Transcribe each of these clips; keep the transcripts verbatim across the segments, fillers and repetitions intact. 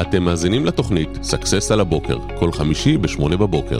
אתם מאזינים לתוכנית סאקסס על הבוקר, כל חמישי בשמונה בבוקר.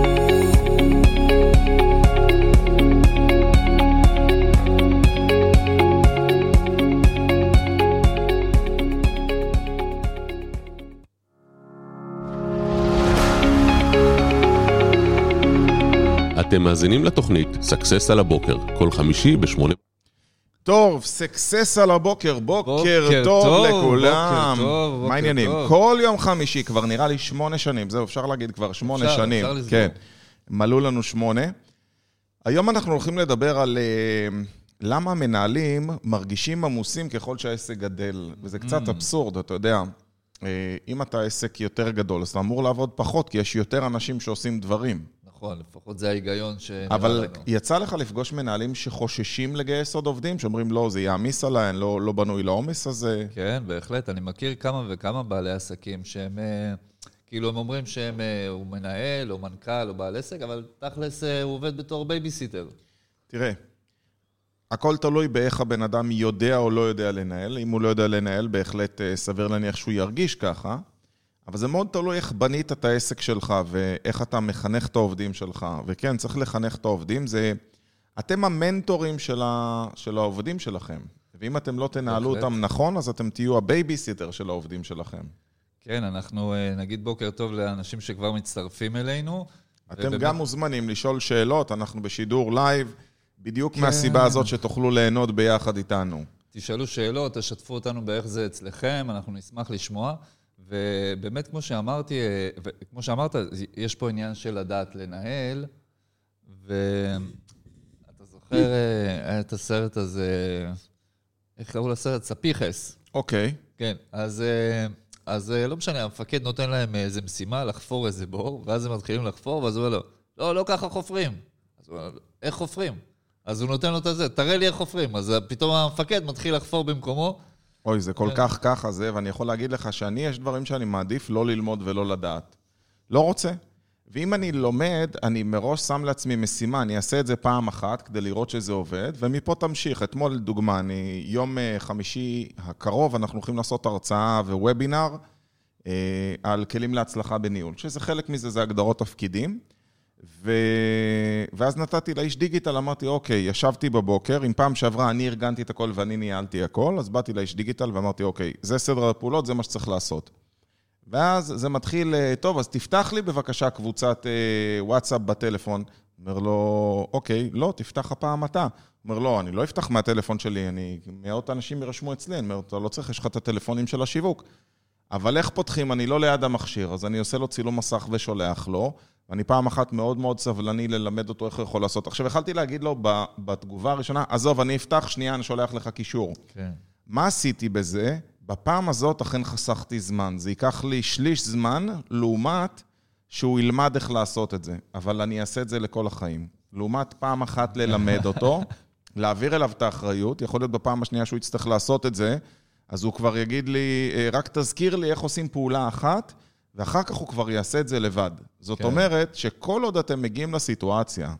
אתם מאזינים לתוכנית סאקסס על הבוקר, כל חמישי בשמונה. טוב, סקסס על הבוקר, בוקר, בוקר טוב, טוב לכולם. בוקר טוב, בוקר מה העניינים? טוב. כל יום חמישי, כבר נראה לי שמונה שנים, זהו, אפשר להגיד כבר שמונה אפשר, שנים. אפשר לסגור. כן, מלאו לנו שמונה. היום אנחנו הולכים לדבר על uh, למה מנהלים מרגישים עמוסים ככל שהעסק גדל, וזה קצת mm. אבסורד, אתה יודע. Uh, אם אתה עסק יותר גדול, אז אתה אמור לעבוד פחות, כי יש יותר אנשים שעושים דברים. נכון, לפחות זה ההיגיון ש... אבל יצא לך לפגוש מנהלים שחוששים לגייס עוד עובדים, שאומרים לא, זה יעמיס עליהם, לא, לא בנוי לעומס הזה. כן, בהחלט. אני מכיר כמה וכמה בעלי עסקים שהם, כאילו הם אומרים שהם, הוא מנהל או מנכ"ל או בעל עסק, אבל תכלס הוא עובד בתור בייביסיטר. תראה, הכל תלוי באיך הבן אדם יודע או לא יודע לנהל. אם הוא לא יודע לנהל, בהחלט סביר להניח שהוא ירגיש ככה. אבל זה מאוד תלוי איך בנית את העסק שלך, ואיך אתה מחנך את העובדים שלך. וכן, צריך לחנך את העובדים. זה, אתם המנטורים של, ה, של העובדים שלכם. ואם אתם לא תנהלו בהחלט. אותם נכון, אז אתם תהיו הבייביסיטר של העובדים שלכם. כן, אנחנו נגיד בוקר טוב לאנשים שכבר מצטרפים אלינו. אתם ובאמת... גם מוזמנים לשאול שאלות, אנחנו בשידור לייב, בדיוק כן. מהסיבה הזאת שתוכלו ליהנות ביחד איתנו. תשאלו שאלות, תשתפו אותנו באיך זה אצלכם, אנחנו נשמח לשמוע. ובאמת, כמו שאמרתי, כמו שאמרת, יש פה עניין של לדעת לנהל, ואתה זוכר, היה את הסרט הזה, איך קראו לסרט? ספיחס. אוקיי. כן, אז, אז לא משנה, המפקד נותן להם איזו משימה, לחפור איזה בור, ואז הם מתחילים לחפור, ואז הוא אומר לו, לא, לא ככה חופרים. אז הוא אומר, איך חופרים? אז הוא נותן לו את זה, תראה לי איך חופרים. אז פתאום המפקד מתחיל לחפור במקומו, אוי, זה כל כך ככה זה, ואני יכול להגיד לך שאני, יש דברים שאני מעדיף לא ללמוד ולא לדעת. לא רוצה. ואם אני לומד, אני מראש שם לעצמי משימה, אני אעשה את זה פעם אחת כדי לראות שזה עובד, ומפה תמשיך. אתמול, לדוגמה, אני, יום חמישי הקרוב, אנחנו הולכים לעשות הרצאה ווובינר אה, על כלים להצלחה בניהול, שזה חלק מזה, זה הגדרות תפקידים. ו... ואז נתתי לאיש דיגיטל, אמרתי, אוקיי, ישבתי בבוקר, אם פעם שעברה אני ארגנתי את הכל ואני ניהלתי הכל, אז באתי לאיש דיגיטל ואמרתי, אוקיי, זה סדר הפעולות, זה מה שצריך לעשות. ואז זה מתחיל, טוב, אז תפתח לי בבקשה קבוצת אה, וואטסאפ בטלפון. אומר לו, אוקיי, לא, תפתח הפעם אתה. אומר לו, אני לא אפתח מהטלפון שלי, אני, מאות אנשים ירשמו אצלי, אני אומר, אתה לא צריך, יש לך את הטלפונים של השיווק. אבל איך פותחים? אני לא ליד המכשיר, אז אני עושה לו צילום מסך ושולח לו, ואני פעם אחת מאוד מאוד סבלני ללמד אותו איך הוא יכול לעשות. עכשיו, יכלתי להגיד לו בתגובה הראשונה, עזוב, אני אפתח שנייה, אני שולח לך קישור. כן. מה עשיתי בזה? בפעם הזאת אכן חסכתי זמן. זה ייקח לי שליש זמן, לעומת שהוא ילמד איך לעשות את זה. אבל אני אעשה את זה לכל החיים. לעומת פעם אחת ללמד אותו, להעביר אליו את האחריות, יכול להיות בפעם השנייה שהוא יצטרך לעשות את זה, אז הוא כבר יגיד לי, רק תזכיר לי איך עושים פעולה אחת, ואחר כך הוא כבר יעשה את זה לבד. זאת כן. אומרת שכל עוד אתם מגיעים לסיטואציה,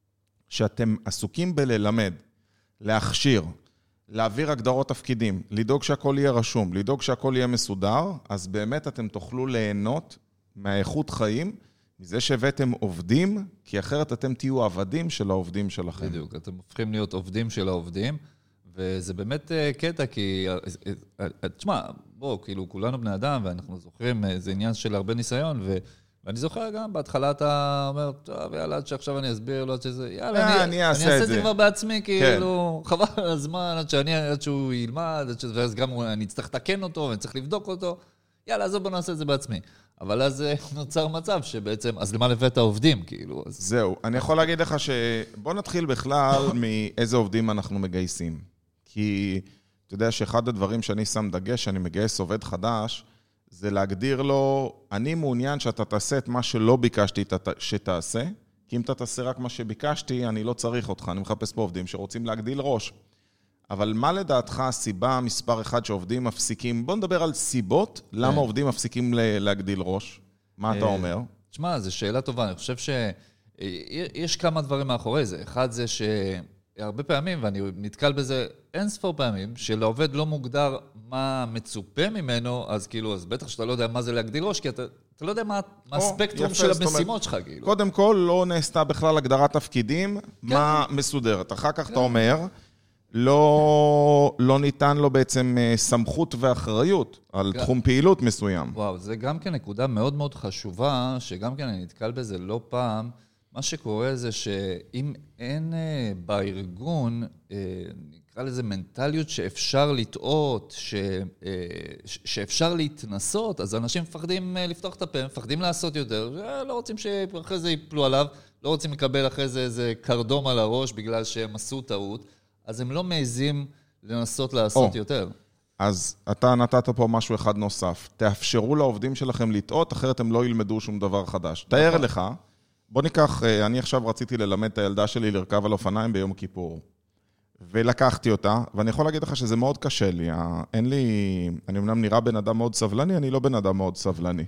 שאתם עסוקים בללמד, להכשיר, להעביר הגדרות תפקידים, לדאוג שהכל יהיה רשום, לדאוג שהכל יהיה מסודר, אז באמת אתם תוכלו ליהנות מהאיכות חיים, מזה שהבאתם עובדים, כי אחרת אתם תהיו עבדים של העובדים שלכם. בדיוק, אתם הופכים להיות עובדים של העובדים, וזה באמת קטע, כי, תשמע, בוא, כאילו, כולנו בני אדם, ואנחנו זוכרים, זה עניין של הרבה ניסיון, ו... ואני זוכר גם, בהתחלה אתה אומר, טוב, יאללה, עד שעכשיו אני אסביר לו, עד שזה, יאללה, אני אעשה את זה כבר בעצמי, כאילו, חבל על הזמן, עד שהוא ילמד, ואז גם אני צריך לתקן אותו, ואני צריך לבדוק אותו, יאללה, אז בוא נעשה את זה בעצמי. אבל אז נוצר מצב שבעצם, אז למה לבית העובדים, כאילו? זהו, אני יכול להגיד לך שבוא נתחיל בכלל מאיזה עובדים אנחנו מגייסים. כי אתה יודע שאחד הדברים שאני שם דגש, שאני מגייס עובד חדש, זה להגדיר לו, אני מעוניין שאתה תעשה את מה שלא ביקשתי שתעשה, כי אם אתה תעשה רק מה שביקשתי, אני לא צריך אותך, אני מחפש פה עובדים שרוצים להגדיל ראש. אבל מה לדעתך הסיבה מספר אחד שעובדים מפסיקים? בוא נדבר על סיבות, למה עובדים מפסיקים להגדיל ראש? מה אתה אומר? תשמע, זו שאלה טובה, אני חושב שיש כמה דברים מאחורי זה. אחד זה שהרבה פעמים, ואני נתקל בזה אין ספור פעמים, שלעובד לא מוגדר מה מצופה ממנו, אז כאילו, אז בטח שאתה לא יודע מה זה להגדיל ראש, כי אתה, אתה לא יודע מה, מה הספקטרום של המשימות שלך, כאילו. קודם כל, לא נעשתה בכלל הגדרת תפקידים, מה מסודרת. אחר כך אתה אומר, לא, לא ניתן לו בעצם סמכות ואחריות על תחום פעילות מסוים. וואו, זה גם כן נקודה מאוד מאוד חשובה, שגם כן אני נתקל בזה לא פעם. מה שקורה זה שאם אין בארגון, נקרא לזה מנטליות שאפשר לטעות, ש, שאפשר להתנסות, אז אנשים מפחדים לפתוח את הפה, מפחדים לעשות יותר, לא רוצים שאחרי זה ייפלו עליו, לא רוצים לקבל אחרי זה איזה קרדום על הראש בגלל שהם עשו טעות, אז הם לא מעזים לנסות לעשות או, יותר. אז אתה נתת פה משהו אחד נוסף. תאפשרו לעובדים שלכם לטעות, אחרת הם לא ילמדו שום דבר חדש. תאר לך, בוא ניקח, אני עכשיו רציתי ללמד את הילדה שלי לרכב על אופניים ביום כיפור. ולקחתי אותה, ואני יכול להגיד לך שזה מאוד קשה לי. אין לי, אני אמנם נראה בן אדם מאוד סבלני, אני לא בן אדם מאוד סבלני.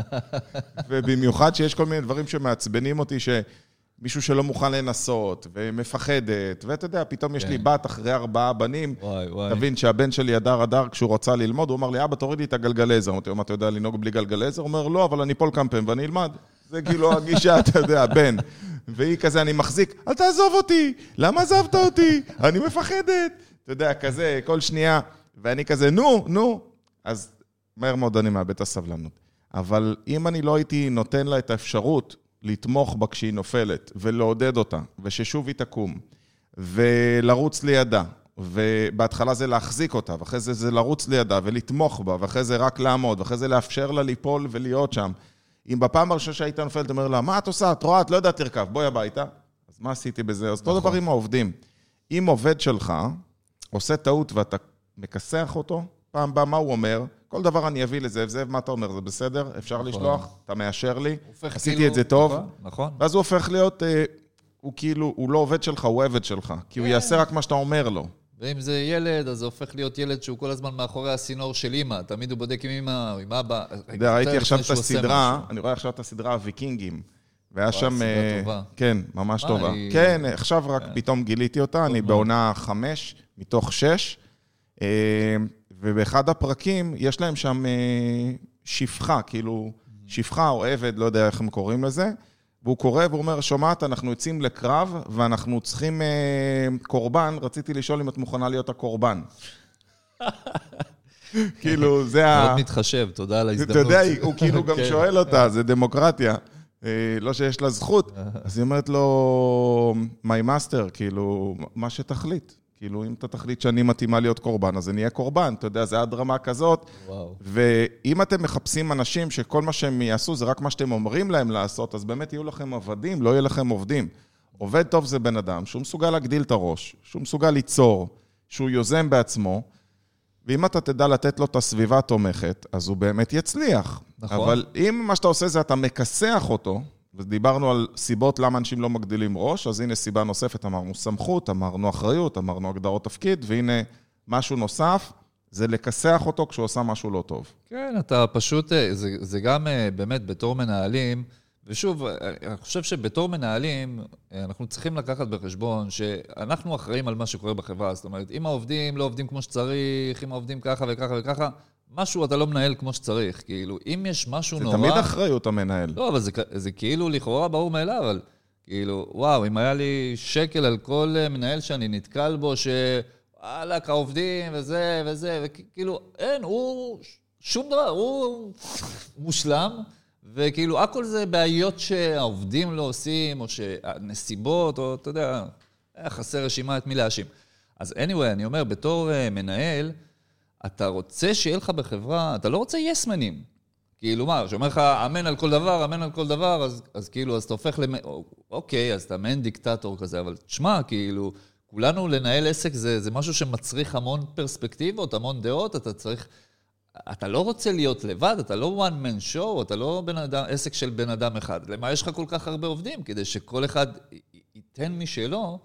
ובמיוחד שיש כל מיני דברים שמעצבנים אותי, שמישהו שלא מוכן לנסות, ומפחדת, ואתה יודע, פתאום יש לי בת אחרי ארבעה בנים, תבין שהבן שלי הדר הדר, כשהוא רוצה ללמוד, הוא אמר לי, אבא, תוריד לי את הגלגלזר. אמרתי, אתה יודע לנהוג בלי גלגלזר? הוא אומר, לא, אבל אני פול כמה פעמים ואני אלמד. זה כאילו הגישה, אתה יודע, בן. והיא כזה, אני מחזיק, אל תעזוב אותי, למה עזבת אותי? אני מפחדת. אתה יודע, כזה, כל שנייה. ואני כזה, נו, נו. אז מהר מאוד אני מאבד את הסבלנות. אבל אם אני לא הייתי נותן לה את האפשרות לתמוך בה כשהיא נופלת, ולעודד אותה, וששוב היא תקום, ולרוץ לידה, ובהתחלה זה להחזיק אותה, ואחרי זה זה לרוץ לידה, ולתמוך בה, ואחרי זה רק לעמוד, ואחרי זה לאפשר לה ליפול ולהיות שם. אם בפעם הראשונה שהיית נופלת, אומר לה, מה את עושה? את רואה, את לא יודעת תרכב, בואי הביתה. אז מה עשיתי בזה? אז אותו דבר עם העובדים. אם עובד שלך עושה טעות ואתה מכסח אותו, פעם בא, מה הוא אומר? כל דבר אני אביא לזה, זאב, מה אתה אומר? זה בסדר? אפשר לשלוח? אתה מאשר לי? עשיתי את זה טוב? נכון. ואז הוא הופך להיות, הוא כאילו, הוא לא עובד שלך, הוא עבד שלך. כי הוא יעשה רק מה שאתה אומר לו. ואם זה ילד, אז זה הופך להיות ילד שהוא כל הזמן מאחורי הסינור של אמא. תמיד הוא בודק עם אמא או עם אבא. ראיתי עכשיו את הסדרה, אני רואה עכשיו את הסדרה הוויקינגים. והיה שם... סדרה טובה. כן, ממש טובה. כן, עכשיו רק פתאום גיליתי אותה, אני בעונה חמש, מתוך שש. ובאחד הפרקים יש להם שם שפחה, כאילו שפחה או עבד, לא יודע איך הם קוראים לזה. והוא קורא והוא אומר, שומעת, אנחנו יוצאים לקרב, ואנחנו צריכים אה, קורבן, רציתי לשאול אם את מוכנה להיות הקורבן. כאילו, זה ה... מאוד מתחשב, תודה על ההזדמנות. אתה יודע, הוא כאילו גם שואל אותה, זה דמוקרטיה, אה, לא שיש לה זכות. אז היא אומרת לו, my master, כאילו, מה שתחליט. כאילו, אם אתה תחליט שאני מתאימה להיות קורבן, אז אני אהיה קורבן, אתה יודע, זה עד רמה כזאת. וואו. ואם אתם מחפשים אנשים שכל מה שהם יעשו זה רק מה שאתם אומרים להם לעשות, אז באמת יהיו לכם עבדים, לא יהיה לכם עובדים. עובד טוב זה בן אדם, שהוא מסוגל להגדיל את הראש, שהוא מסוגל ליצור, שהוא יוזם בעצמו, ואם אתה תדע לתת לו את הסביבה התומכת, אז הוא באמת יצליח. נכון. אבל אם מה שאתה עושה זה אתה מכסח אותו, ודיברנו על סיבות למה אנשים לא מגדילים ראש, אז הנה סיבה נוספת, אמרנו סמכות, אמרנו אחריות, אמרנו הגדרות תפקיד, והנה משהו נוסף, זה לכסח אותו כשהוא עושה משהו לא טוב. כן, אתה פשוט, זה, זה גם באמת בתור מנהלים, ושוב, אני חושב שבתור מנהלים, אנחנו צריכים לקחת בחשבון שאנחנו אחראים על מה שקורה בחברה, זאת אומרת, אם העובדים לא עובדים כמו שצריך, אם העובדים ככה וככה וככה, משהו אתה לא מנהל כמו שצריך, כאילו, אם יש משהו זה נורא... זה תמיד אחריות המנהל. לא, אבל זה, זה כאילו לכאורה ברור מאליו, אבל כאילו, וואו, אם היה לי שקל על כל מנהל שאני נתקל בו, שוואלה, כעובדים וזה וזה, וכאילו, אין, הוא שום דבר, הוא מושלם, וכאילו, הכל זה בעיות שהעובדים לא עושים, או שהנסיבות, או אתה יודע, חסר רשימה את מי להאשים. אז anyway, אני אומר, בתור מנהל, אתה רוצה שיהיה לך בחברה, אתה לא רוצה יסמנים. כאילו מה, שאומר לך, אמן על כל דבר, אמן על כל דבר, אז, אז כאילו, אז אתה הופך למ... אוקיי, אז אתה מעין דיקטטור כזה, אבל תשמע, כאילו, כולנו לנהל עסק זה, זה משהו שמצריך המון פרספקטיבות, המון דעות, אתה צריך, אתה לא רוצה להיות לבד, אתה לא one man show, אתה לא בן אדם, עסק של בן אדם אחד. למה יש לך כל כך הרבה עובדים? כדי שכל אחד ייתן משלו,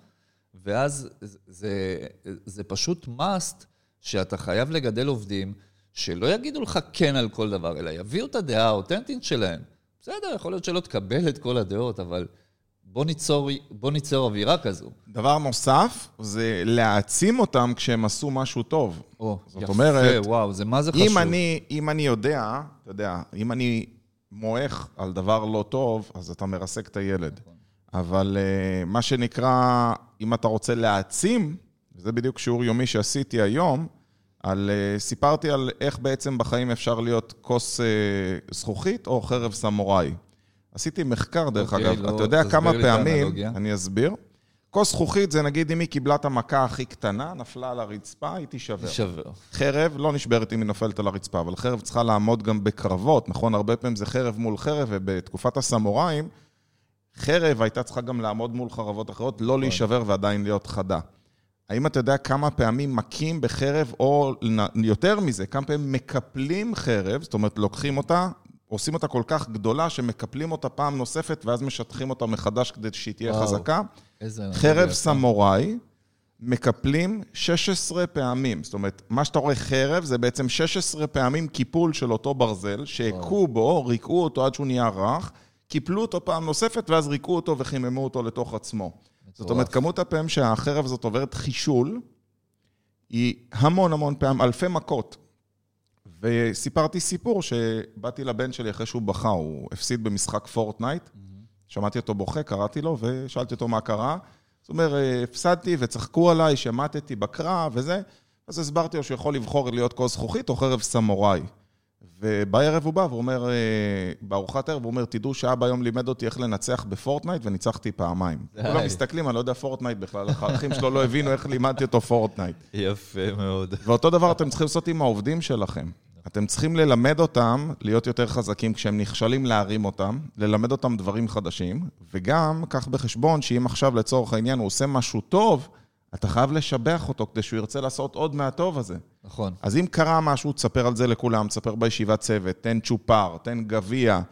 ואז זה, זה, זה פשוט must, שאתה חייב לגדל עובדים שלא יגידו לך כן על כל דבר, אלא יביאו את הדעה האותנטית שלהם. בסדר, יכול להיות שלא תקבל את כל הדעות, אבל בוא ניצור, בוא ניצור אווירה כזו. דבר נוסף, זה להעצים אותם כשהם עשו משהו טוב. או, זאת יפה, אומרת, וואו, זה מה זה חשוב. אם אני, אם אני יודע, אתה יודע, אם אני מועך על דבר לא טוב, אז אתה מרסק את הילד. אבל uh, מה שנקרא, אם אתה רוצה להעצים, וזה בדיוק שיעור יומי שעשיתי היום, על, uh, סיפרתי על איך בעצם בחיים אפשר להיות כוס uh, זכוכית או חרב סמוראי. עשיתי מחקר דרך אוקיי, אגב, לא, אתה יודע כמה פעמים, האנלוגיה. אני אסביר, כוס זכוכית זה נגיד אם היא קיבלה את המכה הכי קטנה, נפלה על הרצפה, היא תישבר. תישבר. חרב לא נשברת אם היא נופלת על הרצפה, אבל חרב צריכה לעמוד גם בקרבות, נכון? הרבה פעמים זה חרב מול חרב, ובתקופת הסמוראים, חרב הייתה צריכה גם לעמוד מול חרבות אחרות, לא להישבר ועדיין להיות חדה. האם אתה יודע כמה פעמים מכים בחרב, או יותר מזה, כמה פעמים מקפלים חרב, זאת אומרת, לוקחים אותה, עושים אותה כל כך גדולה, שמקפלים אותה פעם נוספת, ואז משטחים אותה מחדש כדי שהיא תהיה וואו, חזקה. חרב סמוראי, מקפלים שש עשרה פעמים. זאת אומרת, מה שאתה רואה חרב, זה בעצם שש עשרה פעמים קיפול של אותו ברזל, שהקו בו, ריקעו אותו עד שהוא נהיה רך, קיפלו אותו פעם נוספת, ואז ריקעו אותו וחיממו אותו לתוך עצמו. זאת אומרת, כמות הפעמים שהחרב הזאת עוברת חישול, היא המון המון פעמים, אלפי מכות. וסיפרתי סיפור שבאתי לבן שלי אחרי שהוא בכה, הוא הפסיד במשחק פורטנייט, שמעתי אותו בוכה, קראתי לו ושאלתי אותו מה קרה. זאת אומרת, הפסדתי וצחקו עליי, שמעתתי בקרב וזה, אז הסברתי לו שהוא יכול לבחור להיות כוס זכוכית או חרב סמוראי. ובערב הוא בא והוא אומר, בארוחת ערב, הוא אומר, תדעו שאבא היום לימד אותי איך לנצח בפורטנייט וניצחתי פעמיים. כולם מסתכלים, אני לא יודע פורטנייט בכלל, האחים שלו לא הבינו איך לימדתי אותו פורטנייט. יפה מאוד. ואותו דבר אתם צריכים לעשות עם העובדים שלכם. אתם צריכים ללמד אותם להיות יותר חזקים כשהם נכשלים להרים אותם, ללמד אותם דברים חדשים, וגם קח בחשבון שאם עכשיו לצורך העניין הוא עושה משהו טוב, אתה חייב לשבח אותו כדי שהוא ירצה לעשות עוד מהטוב הזה. נכון. אז אם קרה משהו, תספר על זה לכולם, תספר בישיבת צוות, תן צ'ופר, תן גביע,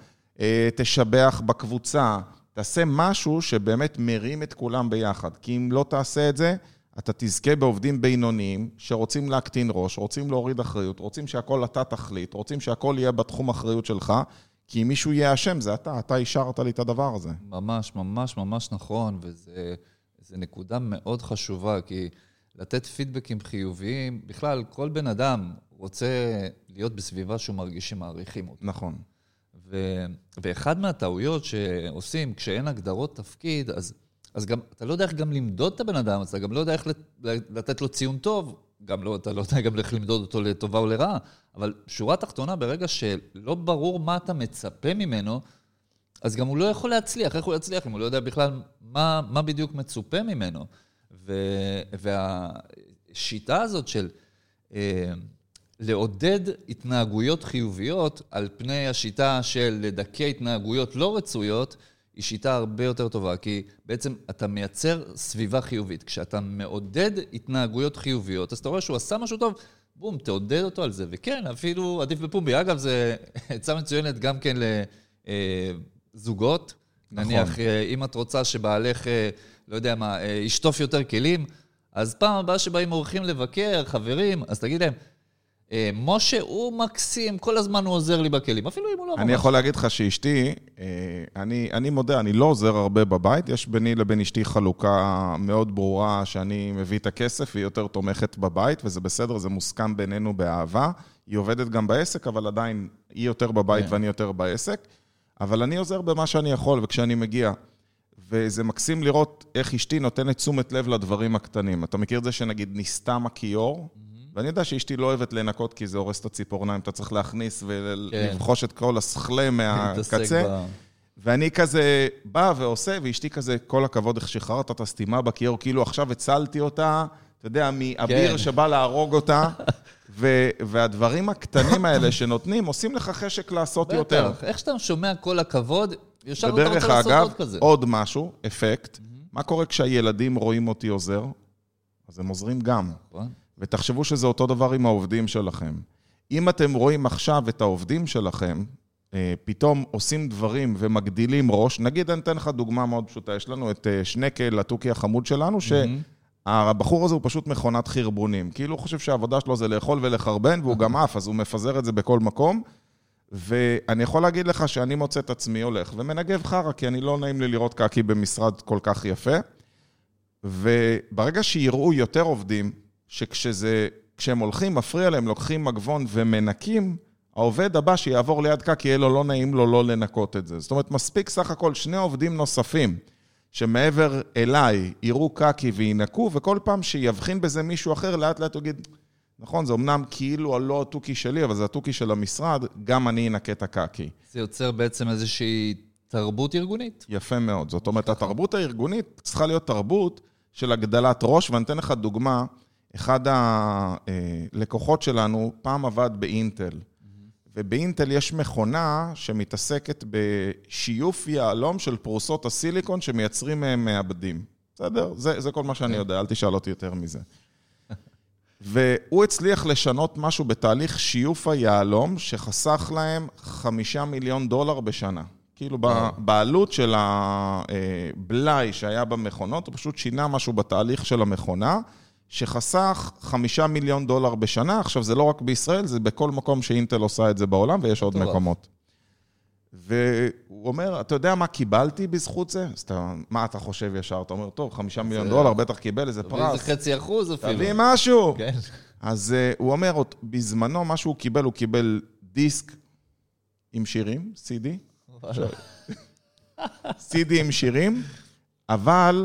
תשבח בקבוצה, תעשה משהו שבאמת מרים את כולם ביחד. כי אם לא תעשה את זה, אתה תזכה בעובדים בינוניים שרוצים להקטין ראש, רוצים להוריד אחריות, רוצים שהכל אתה תחליט, רוצים שהכל יהיה בתחום אחריות שלך, כי אם מישהו יהיה אשם, זה אתה, אתה השארת לי את הדבר הזה. ממש, ממש, ממש נכון, וזה זה נקודה מאוד חשובה, כי לתת פידבקים חיוביים, בכלל, כל בן אדם רוצה להיות בסביבה שהוא מרגיש שמעריכים אותו. נכון. ו, ואחד מהטעויות שעושים, כשאין הגדרות תפקיד, אז אז גם, אתה לא יודע איך גם למדוד את הבן אדם, אז אתה גם לא יודע איך לתת לו ציון טוב, גם לא, אתה לא יודע גם איך למדוד אותו לטובה או לרעה, אבל שורה תחתונה, ברגע שלא ברור מה אתה מצפה ממנו, אז גם הוא לא יכול להצליח, איך הוא יצליח, אם הוא לא יודע בכלל מה, מה בדיוק מצופה ממנו. ו, והשיטה הזאת של אה, לעודד התנהגויות חיוביות, על פני השיטה של לדכא התנהגויות לא רצויות, היא שיטה הרבה יותר טובה, כי בעצם אתה מייצר סביבה חיובית. כשאתה מעודד התנהגויות חיוביות, אז אתה רואה שהוא עשה משהו טוב, בום, תעודד אותו על זה. וכן, אפילו עדיף בפומבי. אגב, זה עצה מצוינת גם כן לזוגות. נכון. נניח, אם את רוצה שבעלך, לא יודע מה, ישטוף יותר כלים, אז פעם הבאה שבאים אורחים לבקר, חברים, אז תגיד להם, משה הוא מקסים, כל הזמן הוא עוזר לי בכלים, אפילו אם הוא לא ממש. אני יכול להגיד לך שאשתי, אני, אני מודה, אני לא עוזר הרבה בבית, יש ביני לבין אשתי חלוקה מאוד ברורה שאני מביא את הכסף, והיא יותר תומכת בבית, וזה בסדר, זה מוסכם בינינו באהבה, היא עובדת גם בעסק, אבל עדיין היא יותר בבית ואני יותר בעסק, אבל אני עוזר במה שאני יכול וכשאני מגיע, וזה מקסים לראות איך אשתי נותנת תשומת לב לדברים הקטנים. אתה מכיר את זה שנגיד נסתם הכיור, ואני יודע שאשתי לא אוהבת לנקות, כי זה הורס את הציפורניים, אתה צריך להכניס ולבחוש את כל השכלה מהקצה. ואני כזה בא ועושה, ואשתי כזה, כל הכבוד, איך שחררת את הסתימה בכיור, כאילו עכשיו הצלתי אותה, אתה יודע, מאביר שבא להרוג אותה, והדברים הקטנים האלה שנותנים, עושים לך חשק לעשות יותר. בטח, איך שאתה שומע כל הכבוד, ישר אתה רוצה לעשות עוד כזה. עוד משהו, אפקט, מה קורה כשהילדים רואים אותי עוזר? אז הם עוזרים גם. ותחשבו שזה אותו דבר עם העובדים שלכם. אם אתם רואים עכשיו את העובדים שלכם, פתאום עושים דברים ומגדילים ראש, נגיד אני אתן לך דוגמה מאוד פשוטה, יש לנו את שנקל, התוכי החמוד שלנו, שהבחור הזה הוא פשוט מכונת חרבונים, כאילו הוא חושב שהעבודה שלו זה לאכול ולחרבן, והוא גם אף, אז הוא מפזר את זה בכל מקום, ואני יכול להגיד לך שאני מוצא את עצמי הולך, ומנגב חרה, כי אני לא נעים לי לראות קקי במשרד כל כך יפה, וברגע שיראו יותר עובדים, שכשזה, כשהם הולכים, מפריע להם, לוקחים מגבון ומנקים, העובד הבא שיעבור ליד קקי, יהיה לו לא נעים לו לא לנקות את זה. זאת אומרת, מספיק סך הכל שני עובדים נוספים, שמעבר אליי יראו קקי וינקו, וכל פעם שיבחין בזה מישהו אחר, לאט לאט הוא יגיד, נכון, זה אמנם כאילו לא הטוקי שלי, אבל זה הטוקי של המשרד, גם אני אנקה את הקקי. זה יוצר בעצם איזושהי תרבות ארגונית. יפה מאוד. זאת אומרת, התרבות הארגונית צריכה להיות תרבות של הגדלת ראש, ואני אתן לך דוגמה, אחד הלקוחות שלנו פעם עבד באינטל, ובאינטל יש מכונה שמתעסקת בשיוף יעלום של פרוסות הסיליקון שמייצרים מהם מעבדים. בסדר? זה, זה כל מה שאני יודע, אל תשאל אותי יותר מזה. והוא הצליח לשנות משהו בתהליך שיוף היעלום, שחסך להם חמישה מיליון דולר בשנה. כאילו בעלות של הבלאי שהיה במכונות, הוא פשוט שינה משהו בתהליך של המכונה, שחסך חמישה מיליון דולר בשנה. עכשיו, זה לא רק בישראל, זה בכל מקום שאינטל עושה את זה בעולם, ויש עוד מקומות. והוא אומר, אתה יודע מה קיבלתי בזכות זה? אז אתה, מה אתה חושב ישר? אתה אומר, טוב, חמישה מיליון דולר, בטח קיבל איזה פרס. זה חצי אחוז אפילו. תביא משהו. כן. אז הוא אומר, בזמנו, מה שהוא קיבל, הוא קיבל דיסק עם שירים, סי די. סי די עם שירים, אבל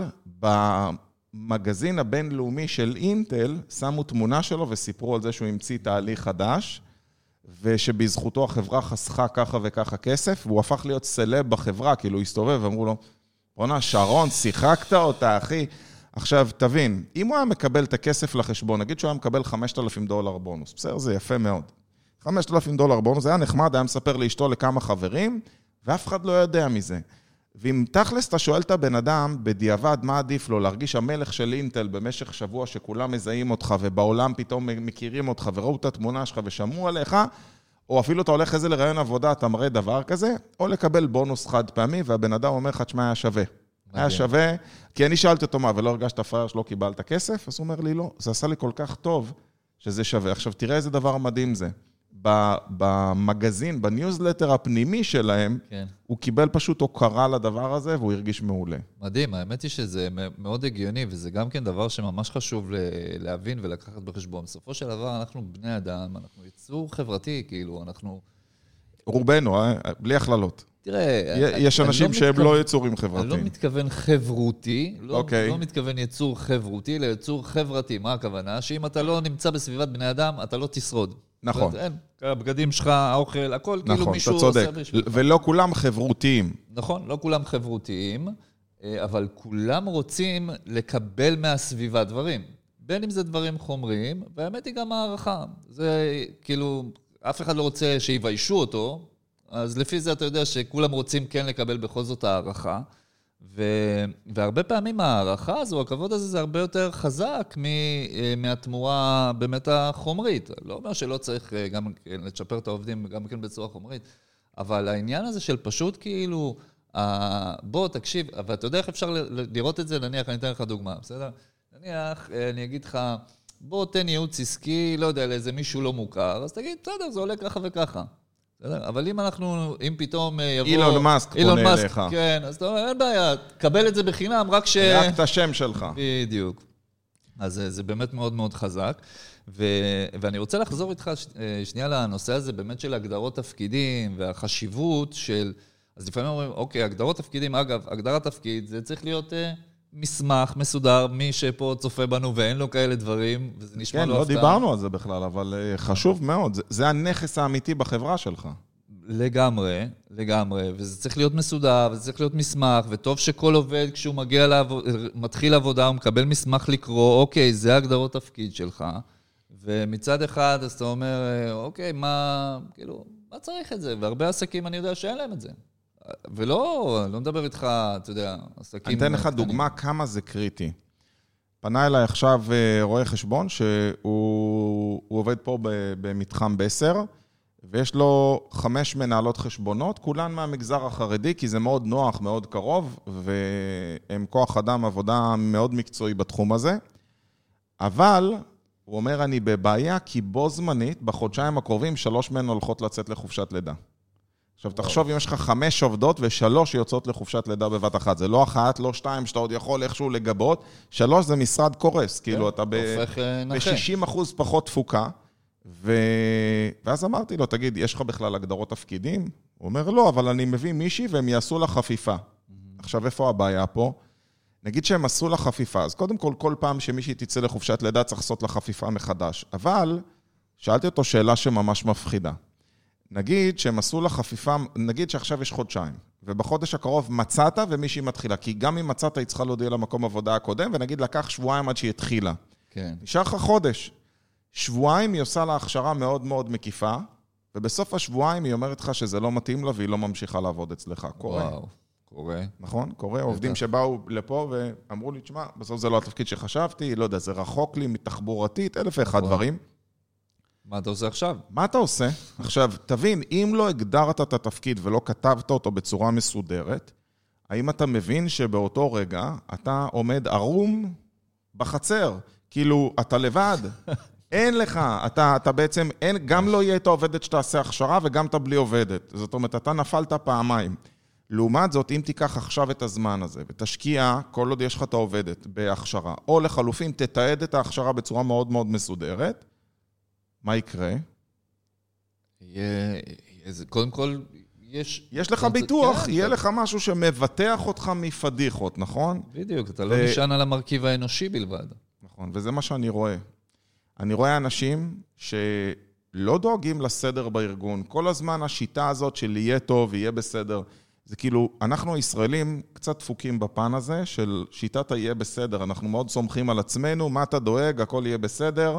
במגזין הבינלאומי של אינטל, שמו תמונה שלו וסיפרו על זה שהוא המציא תהליך חדש, ושבזכותו החברה חסכה ככה וככה כסף, והוא הפך להיות סלב בחברה, כאילו הוא הסתובב ואמרו לו, בונה, שרון, שיחקת אותה, אחי. עכשיו, תבין, אם הוא היה מקבל את הכסף לחשבון, נגיד שהוא היה מקבל חמשת אלפים דולר בונוס, בסדר, זה יפה מאוד. חמשת אלפים דולר בונוס, זה היה נחמד, היה מספר לאשתו לכמה חברים, ואף אחד לא יודע מזה. ואם תכלס אתה שואל את הבן אדם, בדיעבד, מה עדיף לו, להרגיש המלך של אינטל במשך שבוע שכולם מזהים אותך, ובעולם פתאום מכירים אותך, וראו את התמונה שלך ושמעו עליך, או אפילו אתה הולך איזה לרעיון עבודה, אתה מראה דבר כזה, או לקבל בונוס חד פעמי, והבן אדם אומר לך, תשמע, היה שווה. היה שווה, כי אני שאלתי אותו מה, ולא הרגשת פרייר שלא קיבלת כסף, אז הוא אומר לי, לא, זה עשה לי כל כך טוב, שזה שווה. עכשיו, תראה איזה דבר מדהים זה. במגזין, בניוזלטר הפנימי שלהם, כן. הוא קיבל פשוט הוקרה לדבר הזה, והוא הרגיש מעולה. מדהים, האמת היא שזה מאוד הגיוני, וזה גם כן דבר שממש חשוב להבין ולקחת בחשבון. בסופו של דבר, אנחנו בני אדם, אנחנו יצור חברתי, כאילו, אנחנו... רובנו, בלי הכללות. תראה... יש אנשים שהם לא יצורים חברתיים. אני לא מתכוון חברותי, לא מתכוון יצור חברותי, אלא יצור חברתי. מה הכוונה? שאם אתה לא נמצא בסביבת בני אדם, אתה לא תשרוד. נכון. הבגדים שלך, האוכל, הכל כאילו מישהו עושה בשבילך. ולא כולם חברותיים. נכון, לא כולם חברותיים, אבל כולם רוצים לקבל מהסביבה דברים. בין אם זה דברים חומריים, והאמת היא גם הערכה. זה כאילו, אף אחד לא רוצה שיביישו אותו, אז לפי זה אתה יודע שכולם רוצים כן לקבל בכל זאת הערכה, והרבה פעמים הערכה הזו, הכבוד הזה, זה הרבה יותר חזק מהתמורה באמת החומרית. לא אומר שלא צריך גם לצ'פר את העובדים גם כן בצורה חומרית, אבל העניין הזה של פשוט כאילו, בוא תקשיב, אבל אתה יודע איך אפשר לראות את זה, נניח, אני אתן לך דוגמה, בסדר? נניח, אני אגיד לך, בוא תן ייעוץ עסקי, לא יודע, לאיזה מישהו לא מוכר, אז תגיד, בסדר, זה עולה ככה וככה. אבל אם אנחנו, אם פתאום יבוא... אילון מאסק פונה אליך. כן, אז אתה אומר, אין בעיה, קבל את זה בחינם, רק ש... רק את השם שלך. בדיוק. אז זה באמת מאוד מאוד חזק. ואני רוצה לחזור איתך שנייה לנושא הזה, באמת של הגדרות תפקידים, והחשיבות של... אז לפעמים אומרים, אוקיי, הגדרות תפקידים, אגב, הגדרת תפקיד, זה צריך להיות מסמך, מסודר, מי שפה צופה בנו ואין לו כאלה דברים, וזה נשמע כן, לא לא הפתעה. דיברנו על זה בכלל, אבל חשוב מאוד. זה, זה הנכס האמיתי בחברה שלך. לגמרי, לגמרי, וזה צריך להיות מסודר, וזה צריך להיות מסמך, וטוב שכל עובד, כשהוא מגיע לעבוד, מתחיל עבודה, הוא מקבל מסמך לקרוא, אוקיי, זה הגדרות תפקיד שלך, ומצד אחד, אז אתה אומר, אוקיי, מה, כאילו, מה צריך את זה? והרבה עסקים אני יודע שאין להם את זה. ולא, לא מדבר איתך, אתה יודע, עסקים... אני אתן לך דוגמה כמה זה קריטי. פנה אליי עכשיו רואה חשבון, שהוא עובד פה במתחם בסר, ויש לו חמש מנהלות חשבונות, כולן מהמגזר החרדי, כי זה מאוד נוח, מאוד קרוב, והם כוח אדם עבודה מאוד מקצועי בתחום הזה. אבל, הוא אומר, אני בבעיה, כי בו זמנית, בחודשיים הקרובים, שלוש מהן הולכות לצאת לחופשת לידה. עכשיו, תחשוב אם יש לך חמש עובדות ושלוש יוצאות לחופשת לידה בבת אחת. זה לא אחת, לא שתיים, שאתה עוד יכול איכשהו לגבות. שלוש זה משרד קורס, כאילו אתה ב-שישים אחוז פחות תפוקה. ואז אמרתי לו, תגיד, יש לך בכלל הגדרות תפקידים? הוא אומר, לא, אבל אני מביא מישהי והם יעשו לה חפיפה. עכשיו, איפה הבעיה פה? נגיד שהם עשו לה חפיפה, אז קודם כל, כל פעם שמישהי תצא לחופשת לידה, צריך לעשות לה חפיפה מחדש. אבל, שאלתי אותו שאלה שממש מפחידה. נגיד שהם עשו לה חפיפה, נגיד שעכשיו יש חודשיים, ובחודש הקרוב מצאת ומישהי מתחילה, כי גם אם מצאת היא צריכה להודיע למקום עבודה הקודם, ונגיד לקח שבועיים עד שהיא התחילה. כן. נשאר לך חודש. שבועיים היא עושה לה הכשרה מאוד מאוד מקיפה, ובסוף השבועיים היא אומרת לך שזה לא מתאים לה, והיא לא ממשיכה לעבוד אצלך. קורה. וואו, קורה. נכון? קורה. עובדים שבאו לפה ואמרו לי, תשמע, בסוף זה לא התפקיד שחשבתי, לא יודע, זה רחוק לי מתחבורתית, אלף ואחד דברים. מה אתה עושה עכשיו? מה אתה עושה? עכשיו, תבין, אם לא הגדרת את התפקיד ולא כתבת אותו בצורה מסודרת, האם אתה מבין שבאותו רגע אתה עומד ערום בחצר? כאילו, אתה לבד. אין לך, אתה, אתה בעצם, אין, גם לא יהיה את העובדת שתעשה הכשרה וגם אתה בלי עובדת. זאת אומרת, אתה נפלת פעמיים. לעומת זאת, אם תיקח עכשיו את הזמן הזה ותשקיע, כל עוד יש לך את העובדת בהכשרה, או לחלופין, תתעד את ההכשרה בצורה מאוד מאוד מסודרת, מה יקרה? יהיה, קודם כל, יש... יש לך ביטוח, יהיה לך משהו שמבטח אותך מפדיחות, נכון? בדיוק, אתה לא נשען על המרכיב האנושי בלבד. נכון, וזה מה שאני רואה. אני רואה אנשים שלא דואגים לסדר בארגון. כל הזמן השיטה הזאת של יהיה טוב, יהיה בסדר. זה כאילו, אנחנו הישראלים קצת דפוקים בפן הזה של שיטת היהיה בסדר. אנחנו מאוד סומכים על עצמנו, מה אתה דואג, הכל יהיה בסדר.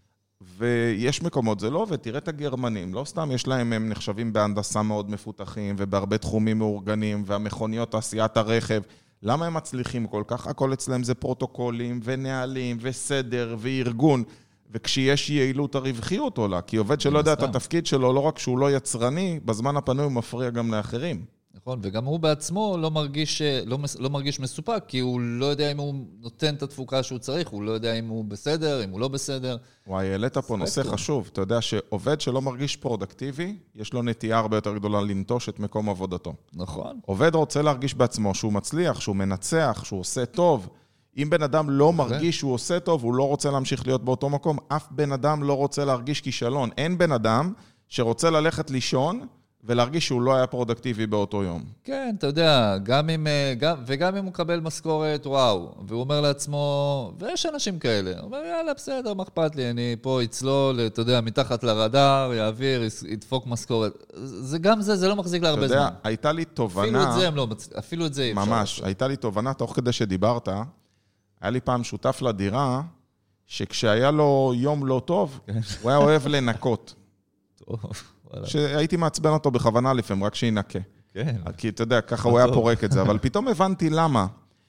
ויש מקומות, זה לא עובד, תראה את הגרמנים, לא סתם יש להם, הם נחשבים בהנדסה מאוד מפותחים, ובהרבה תחומים מאורגנים, והמכוניות, תעשיית הרכב, למה הם מצליחים כל כך? הכל אצלם זה פרוטוקולים, ונהלים, וסדר, וארגון, וכשיש יעילות הרווחיות עולה, כי עובד שלא יודע את התפקיד שלו, לא רק שהוא לא יצרני, בזמן הפנוי הוא מפריע גם לאחרים. נכון, וגם הוא בעצמו לא מרגיש, לא, לא מרגיש מסופק, כי הוא לא יודע אם הוא נותן את התפוקה שהוא צריך, הוא לא יודע אם הוא בסדר, אם הוא לא בסדר. וואי, העלית פה נושא חשוב. אתה יודע שעובד שלא מרגיש פרודקטיבי, יש לו נטייה הרבה יותר גדולה לנטוש את מקום עבודתו. נכון. עובד רוצה להרגיש בעצמו שהוא מצליח, שהוא מנצח, שהוא עושה טוב. אם בן אדם לא מרגיש שהוא עושה טוב, הוא לא רוצה להמשיך להיות באותו מקום. אף בן אדם לא רוצה להרגיש כישלון. אין בן אדם שרוצה ללכת לישון ולהרגיש שהוא לא היה פרודקטיבי באותו יום. כן, אתה יודע, גם אם, גם, וגם אם הוא מקבל משכורת, וואו, והוא אומר לעצמו, ויש אנשים כאלה, הוא אומר, יאללה, בסדר, מה אכפת לי, אני פה אצלול, אתה יודע, מתחת לרדאר, יעביר, ידפוק משכורת. זה גם זה, זה לא מחזיק להרבה זמן. אתה יודע, הייתה לי תובנה... אפילו את זה הם לא מצליחים, אפילו את זה אי אפשר. ממש, הייתה לי תובנה, תוך כדי שדיברת, היה לי פעם שותף לדירה, שכשהיה לו יום לא טוב, הוא היה אוהב לנקות. טוב. שהייתי מעצבן אותו בכוונה לפעמים, רק שינקה. כן. כי אתה יודע, ככה הוא היה פורק את זה, אבל פתאום הבנתי למה.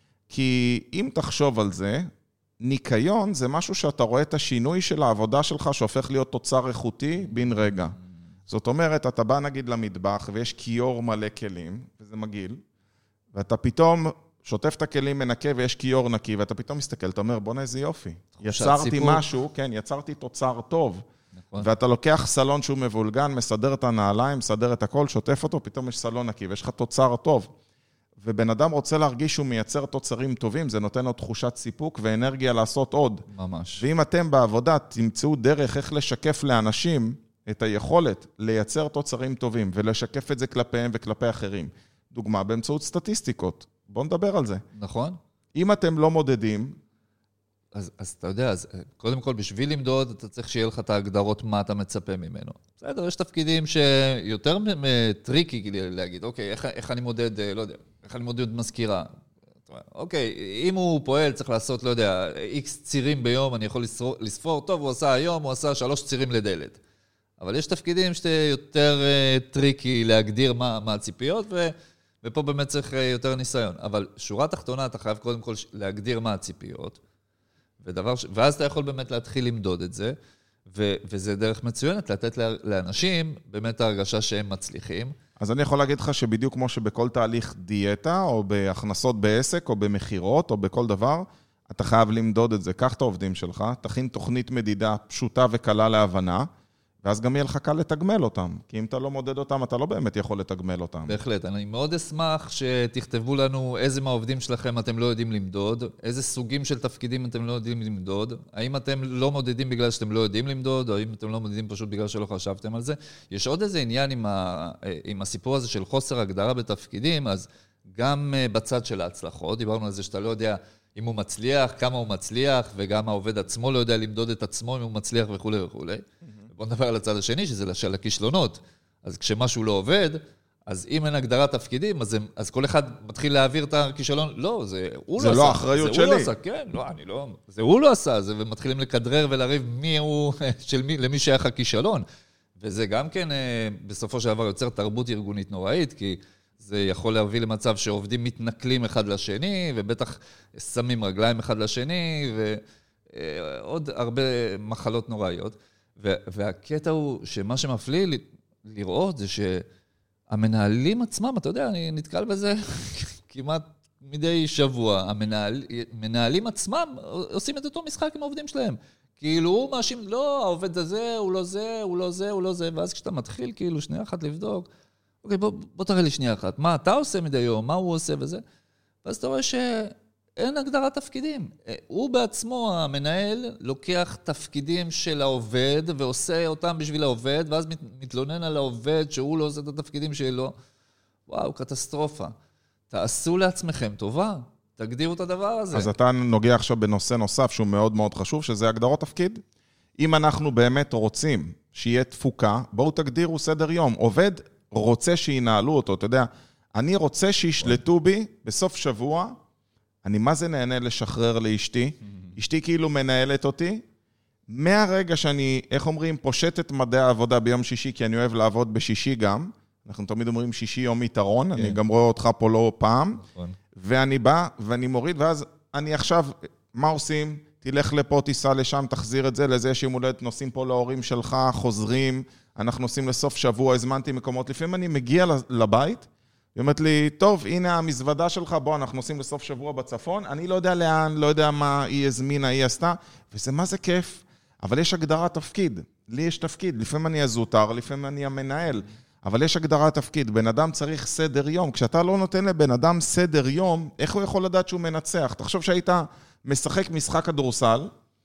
כי אם תחשוב על זה, ניקיון זה משהו שאתה רואה את השינוי של העבודה שלך, שהופך להיות תוצר איכותי בין רגע. זאת אומרת, אתה בא נגיד למטבח, ויש קיור מלא כלים, וזה מגעיל, ואתה פתאום שוטף את הכלים, מנקה, ויש קיור נקי, ואתה פתאום מסתכל, אתה אומר, בוא נעזי יופי. יצרתי משהו, כן, יצרתי תוצר טוב. ואתה לוקח סלון שהוא מבולגן, מסדר את הנעליים, מסדר את הכל, שוטף אותו, פתאום יש סלון נקי, ויש לך תוצר טוב. ובן אדם רוצה להרגיש שהוא מייצר תוצרים טובים, זה נותן לו תחושת סיפוק ואנרגיה לעשות עוד. ממש. ואם אתם בעבודה תמצאו דרך איך לשקף לאנשים את היכולת לייצר תוצרים טובים, ולשקף את זה כלפיהם וכלפי אחרים. דוגמה, באמצעות סטטיסטיקות. בואו נדבר על זה. נכון. אם אתם לא מודדים, אז, אז אתה יודע, אז קודם כל, בשביל למדוד, אתה צריך שיהיה לך את ההגדרות מה אתה מצפה ממנו. בסדר, יש תפקידים שיותר טריקי להגיד, אוקיי, איך, איך אני מודד, לא יודע, איך אני מודד מזכירה. אוקיי, אם הוא פועל, צריך לעשות, לא יודע, איקס צירים ביום, אני יכול לספור, לספור טוב, הוא עשה היום, הוא עשה שלוש צירים לדלת. אבל יש תפקידים שאתה יותר טריקי להגדיר מה, מה הציפיות, ו, ופה באמת צריך יותר ניסיון. אבל שורה תחתונה, אתה חייב קודם כל להגדיר מה הציפיות, ודבר ש... ואז אתה יכול באמת להתחיל למדוד את זה, ו... וזה דרך מצוינת, לתת לאנשים באמת ההרגשה שהם מצליחים. אז אני יכול להגיד לך שבדיוק כמו שבכל תהליך דיאטה, או בהכנסות בעסק, או במחירות, או בכל דבר, אתה חייב למדוד את זה. קח את העובדים שלך, תכין תוכנית מדידה פשוטה וקלה להבנה, ואז גם יהיה לך קל לתגמל אותם, כי אם אתה לא מודד אותם, אתה לא באמת יכול לתגמל אותם. בהחלט, אני מאוד אשמח שתכתבו לנו איזה מהעובדים שלכם אתם לא יודעים למדוד, איזה סוגים של תפקידים אתם לא יודעים למדוד, האם אתם לא מודדים בגלל שאתם לא יודעים למדוד, או האם אתם לא מודדים פשוט בגלל שלא חשבתם על זה. יש עוד איזה עניין עם, ה... עם הסיפור הזה של חוסר הגדרה בתפקידים, אז גם בצד של ההצלחות, דיברנו על זה שאתה לא יודע אם הוא מצליח, כמה הוא מצליח, וגם העובד עצמו לא יודע למדוד את עצמו אם הוא מצליח וכו' וכו'. בוא נדבר על הצד השני, שזה של הכישלונות. אז כשמשהו לא עובד, אז אם אין הגדרת תפקידים, אז, אז כל אחד מתחיל להעביר את הכישלון. לא, זה הוא זה לא, לא עשה. האחריות זה שלי. הוא לא עשה, כן, לא, אני לא... זה הוא לא עשה, זה, ומתחילים לכדרר ולריב מי הוא, של מי, למי שייך הכישלון. וזה גם כן, בסופו של דבר, יוצר תרבות ארגונית נוראית, כי זה יכול להביא למצב שעובדים מתנכלים אחד לשני, ובטח שמים רגליים אחד לשני, ועוד הרבה מחלות נוראיות. והקטע הוא שמה שמפליא לראות זה שהמנהלים עצמם, אתה יודע, אני נתקל בזה כמעט מדי שבוע, המנהלים עצמם עושים את אותו משחק עם העובדים שלהם. כאילו הוא מאשים, לא, העובד הזה, הוא לא זה, הוא לא זה, הוא לא זה, ואז כשאתה מתחיל כאילו שנייה אחת לבדוק, אוקיי, בוא, בוא תראה לי שנייה אחת, מה אתה עושה מדי יום, מה הוא עושה וזה, ואז אתה רואה שאין הגדרת תפקידים. הוא בעצמו, המנהל, לוקח תפקידים של העובד, ועושה אותם בשביל העובד, ואז מת, מתלונן על העובד שהוא לא עושה את התפקידים שלו. וואו, קטסטרופה. תעשו לעצמכם טובה, תגדירו את הדבר הזה. אז אתה נוגע עכשיו בנושא נוסף שהוא מאוד מאוד חשוב, שזה הגדרות תפקיד. אם אנחנו באמת רוצים שיהיה תפוקה, בואו תגדירו סדר יום. עובד רוצה שינהלו אותו, אתה יודע, אני רוצה שישלטו בי בסוף שבוע, אני מה זה נהנה לשחרר לאשתי, אשתי כאילו מנהלת אותי, מהרגע שאני, איך אומרים, פושט את מדעי העבודה ביום שישי, כי אני אוהב לעבוד בשישי גם, אנחנו תמיד אומרים שישי יום יתרון, אני גם רואה אותך פה לא פעם, ואני בא ואני מוריד, ואז אני עכשיו, מה עושים? תלך לפה, תיסע לשם, תחזיר את זה, לזה יש ימולדת, נוסעים פה להורים שלך, חוזרים, אנחנו נוסעים לסוף שבוע, הזמנתי מקומות, לפעמים אני מגיע לבית, היא אומרת לי, טוב, הנה המזוודה שלך, בוא, אנחנו נוסעים לסוף שבוע בצפון, אני לא יודע לאן, לא יודע מה היא הזמינה, היא עשתה, וזה מה זה כיף, אבל יש הגדרת תפקיד, לי יש תפקיד, לפעמים אני הזוטר, לפעמים אני המנהל, אבל יש הגדרת תפקיד, בן אדם צריך סדר יום, כשאתה לא נותן לבן אדם סדר יום, איך הוא יכול לדעת שהוא מנצח? תחשוב שהיית משחק משחק כדורסל,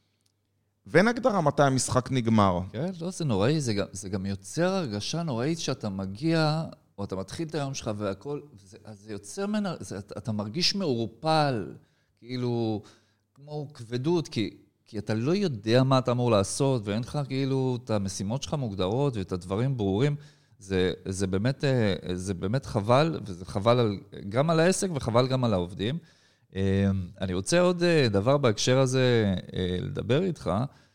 ואין הגדרה מתי המשחק נגמר. כן, לא, זה נוראי, זה גם, זה גם יוצר הרגשה נוראית שאתה מגיע, או אתה מתחיל את היום שלך והכל, זה, אז זה יוצר מנה, זה, אתה, אתה מרגיש מעורפל, כאילו, כמו כבדות, כי, כי אתה לא יודע מה אתה אמור לעשות, ואין לך כאילו את המשימות שלך מוגדרות, ואת הדברים ברורים, זה, זה באמת, זה באמת חבל, וזה חבל על, גם על העסק, וחבל גם על העובדים. אני רוצה עוד דבר בהקשר הזה לדבר איתך,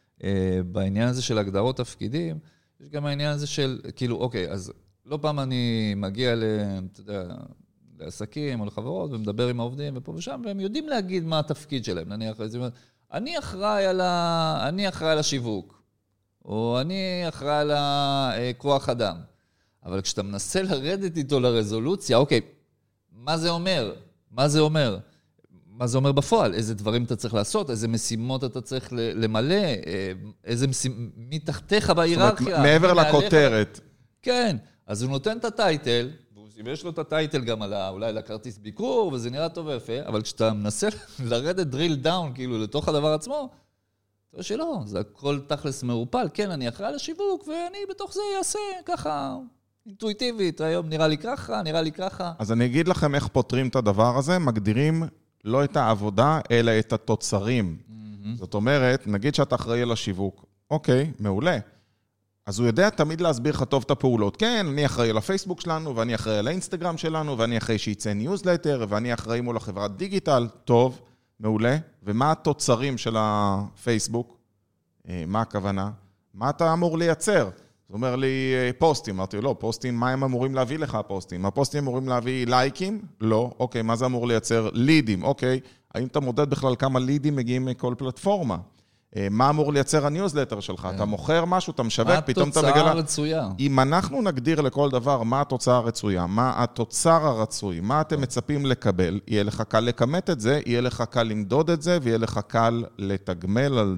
בעניין הזה של הגדרות תפקידים, יש גם העניין הזה של, כאילו, אוקיי, אז לא פעם אני מגיע ל, אתה יודע, לעסקים או לחברות, ומדבר עם העובדים ופה ושם, והם יודעים להגיד מה התפקיד שלהם. נניח, אני אחראי על ה, אני אחראי על השיווק, או אני אחראי על הכוח אדם. אבל כשאתה מנסה לרדת איתו לרזולוציה, אוקיי, מה זה אומר? מה זה אומר? מה זה אומר בפועל? איזה דברים אתה צריך לעשות? איזה משימות אתה צריך למלא? איזה משימות, מי תחתיך בהיררכיה? מעבר לכותרת. כן, אז הוא נותן את הטייטל, ויש לו את הטייטל גם על אולי לכרטיס ביקור, וזה נראה טוב ויפה, אבל כשאתה מנסה לרדת דריל דאון, כאילו, לתוך הדבר עצמו, אתה יודע שלא, זה הכל תכלס מעורפל. כן, אני אחראי לשיווק, ואני בתוך זה אעשה ככה אינטואיטיבית, היום נראה לי ככה, נראה לי ככה. אז אני אגיד לכם איך פותרים את הדבר הזה, מגדירים לא את העבודה, אלא את התוצרים. Mm-hmm. זאת אומרת, נגיד שאתה אחראי על השיווק, אוקיי, מעולה. אז הוא יודע תמיד להסביר לך טוב את הפעולות. כן, אני אחראי על הפייסבוק שלנו, ואני אחראי על האינסטגרם שלנו, ואני אחראי שיצא ניוזלטר, ואני אחראי מול החברת דיגיטל, טוב, מעולה. ומה התוצרים של הפייסבוק? מה הכוונה? מה אתה אמור לייצר? זאת אומר לי, פוסטים. אמרתי, לא, פוסטים, מה הם אמורים להביא לך הפוסטים? הפוסטים אמורים להביא לייקים? לא. אוקיי, מה זה אמור לייצר? לידים, אוקיי. האם אתה מודד בכלל כמה לידים מגיעים מכל פלטפורמה? מה אמור לייצר הניוזלטר שלך? אתה מוכר משהו, אתה משווק, פתאום אתה מגלה... מה התוצאה הרצויה? אם אנחנו נגדיר לכל דבר מה התוצאה הרצויה, מה התוצר הרצוי, מה אתם מצפים לקבל, יהיה לך קל לקמת את זה, יהיה לך קל למדוד את זה, ויהיה לך קל לתגמל על זה.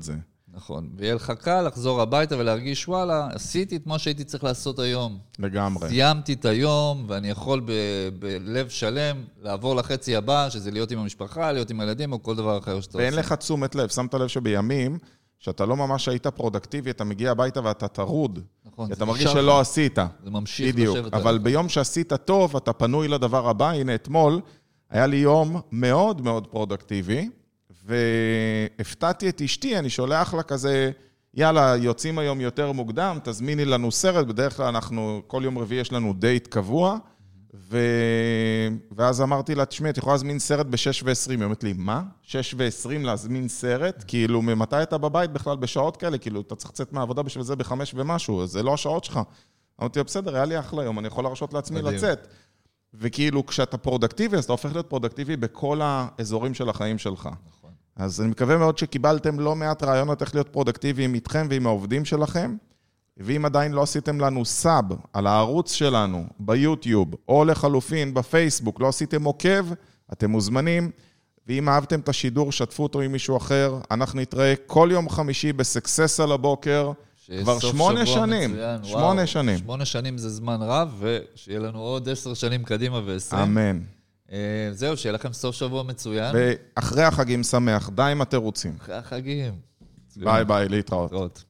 נכון, ויהיה לך קל לחזור הביתה ולהרגיש, וואלה, עשיתי את מה שהייתי צריך לעשות היום. לגמרי. סיימתי את היום, ואני יכול ב- בלב שלם לעבור לחצי הבא, שזה להיות עם המשפחה, להיות עם הילדים, או כל דבר אחר שאתה עושה. ואין לך תשומת לב, שמת לב שבימים, שאתה לא ממש היית פרודקטיבי, אתה מגיע הביתה ואתה תרוד. נכון. אתה מרגיש שלא עשית. זה ממשיך בדיוק. לשבת. אבל ביום שעשית טוב, אתה פנוי לדבר הבא. הנה, אתמול היה לי יום מאוד מאוד פרודקטיבי, והפתעתי את אשתי, אני שולח לה כזה, יאללה, יוצאים היום יותר מוקדם, תזמיני לנו סרט, בדרך כלל אנחנו, כל יום רביעי יש לנו דייט קבוע, ו... ואז אמרתי לה, תשמעי, את יכולה להזמין סרט ב-שש ועשרים, היא אומרת לי, מה? שש ועשרים להזמין סרט? כאילו, ממתי אתה בבית בכלל בשעות כאלה? כאילו, אתה צריך לצאת מהעבודה בשביל זה בחמש ומשהו, זה לא השעות שלך. אמרתי לה, בסדר, היה לי אחלה יום, אני יכול להרשות לעצמי לצאת. וכאילו, כשאתה פרודקטיבי, אז אתה הופך להיות פרודקטיבי בכל האזורים של החיים שלך. נכון. אז אני מקווה מאוד שקיבלתם לא מעט רעיונות איך להיות פרודקטיביים איתכם ועם העובדים שלכם, ואם עדיין לא עשיתם לנו סאב על הערוץ שלנו ביוטיוב, או לחלופין בפייסבוק, לא עשיתם עוקב, אתם מוזמנים, ואם אהבתם את השידור, שתפו אותו עם מישהו אחר, אנחנו נתראה כל יום חמישי בסקסס על הבוקר, כבר שמונה שנים, מצוין. שמונה וואו, שנים. שמונה שנים זה זמן רב, ושיהיה לנו עוד עשר שנים קדימה ועשרים. אמן. זהו, שיהיה לכם סוף שבוע מצוין. ואחרי החגים שמח, די עם התירוצים. אחרי החגים. ביי ביי, להתראות. להתראות.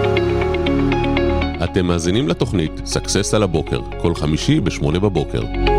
אתם מאזינים לתוכנית סקסס על הבוקר, כל חמישי בשמונה בבוקר.